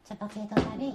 Co pak je to tady?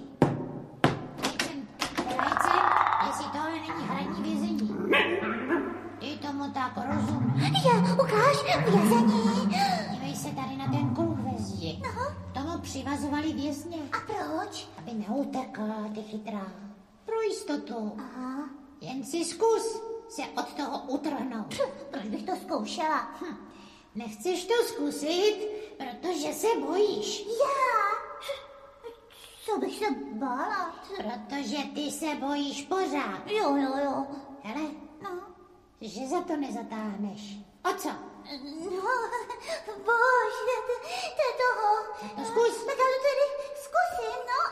Vejcem, jestli tohle není hradní vězení. Ty tomu tak rozum. Já, ukáž, vězení. Dívej se tady na ten kruh ve zdi. No. Tomu přivazovali vězně. A proč? Aby neutekla, ty chytrá. Pro jistotu. Aha. Jen si zkus se od toho utrhnout. Proč bych to zkoušela? Nechceš to zkusit, protože se bojíš. Já? Co bych se bála? Protože ty se bojíš pořád. Jo. Hele, No. že za to nezatáhneš. O co? No, bože, to je toho. Tak to zkus. Tak já to tedy zkusím, no.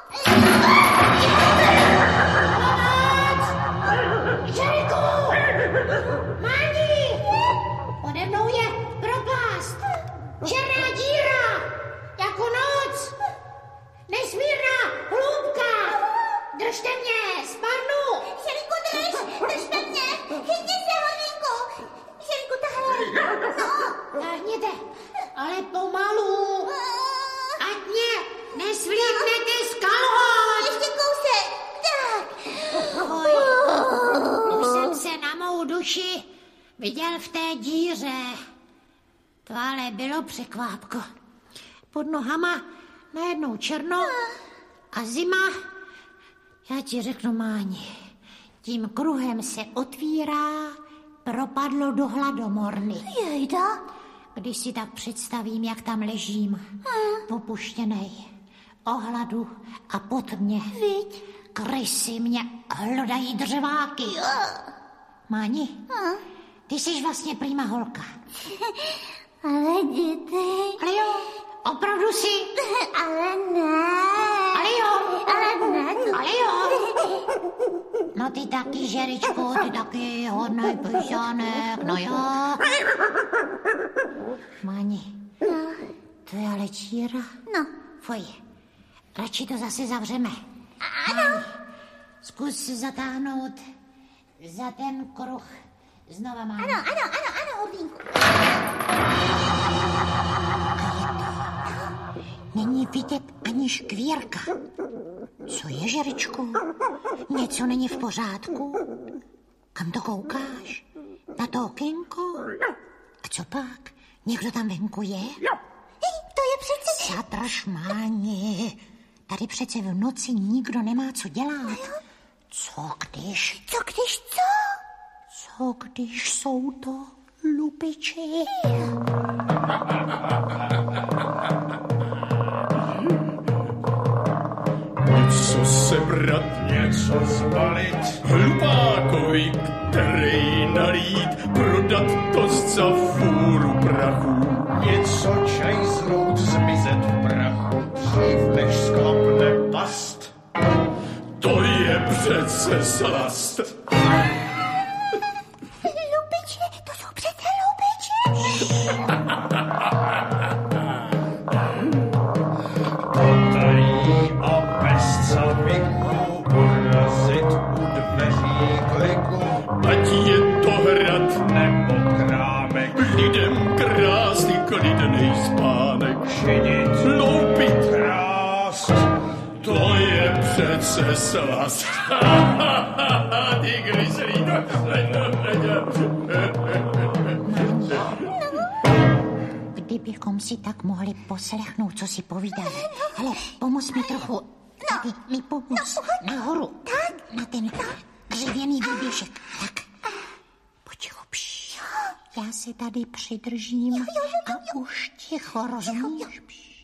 Žeriku! Máni! Pode mnou je propast. Černá díra! Jako noc! Nesmírná hloubka! Držte mě, spadnu! Žeriku, držte mě. Chytni se, hodinku. Žeriku, tahle. No. Táhněte, ale pomalu. Ať mě nesvlíknete z kalhot! Ještě kousek. Tak. Oj, už jsem se na mou duši viděl v té díře. To ale bylo překvápko. Pod nohama najednou černo a zima. Já ti řeknu, Máni, tím kruhem se otvírá propadlo do hladomorny. Jejda. Když si tak představím, jak tam ležím, opuštěnej, o hladu a pod mě. Viď? Krysy mě hlodají dřeváky. Máni, ty jsi vlastně prýma holka. Ale děti. Ale jo, opravdu si. Ale ne. Ale jo. Ale ne. Ale jo. No ty taky, Žeričku, ty taky hodnej pyžánek, no jo. Máni, to je ale číra. No. Fuj, radši to zase zavřeme. Ano. Máni, zkus se zatáhnout za ten kruh znova, Máni. Ano, Ordínku. Není vidět ani škvírka. Co je, Žeričku? Něco není v pořádku? Kam to koukáš? Na to okénko? A co pak? Někdo tam venku je? To je přece... Zadrž, Máni. Tady přece v noci nikdo nemá co dělat. Co když? Co? Co když jsou to lupiči? Něco sebrat, něco zbalit, hlupákovi, který nalít, prodat to za fůru prachu. Něco čajznout, zmizet v prachu, dřív než sklapne past. To je přece slast. Lupiče, to jsou přece lupiče. Potají a bez caviku urazit u dveří kliku. Ať je to hrad nebo krámek, lidem krásný klidnej spánek. Šinit, loupit, krást, to je přece slast. Ty gryzlí, Kdybychom si tak mohli poslechnout, co si povídali. Hele, pomoz mi trochu. Tady mi pomoz. Nahoru. Na ten dřevěný výběžek. Tak. Poticho, pš. Já se tady přidržím a už ticho, rozumíš?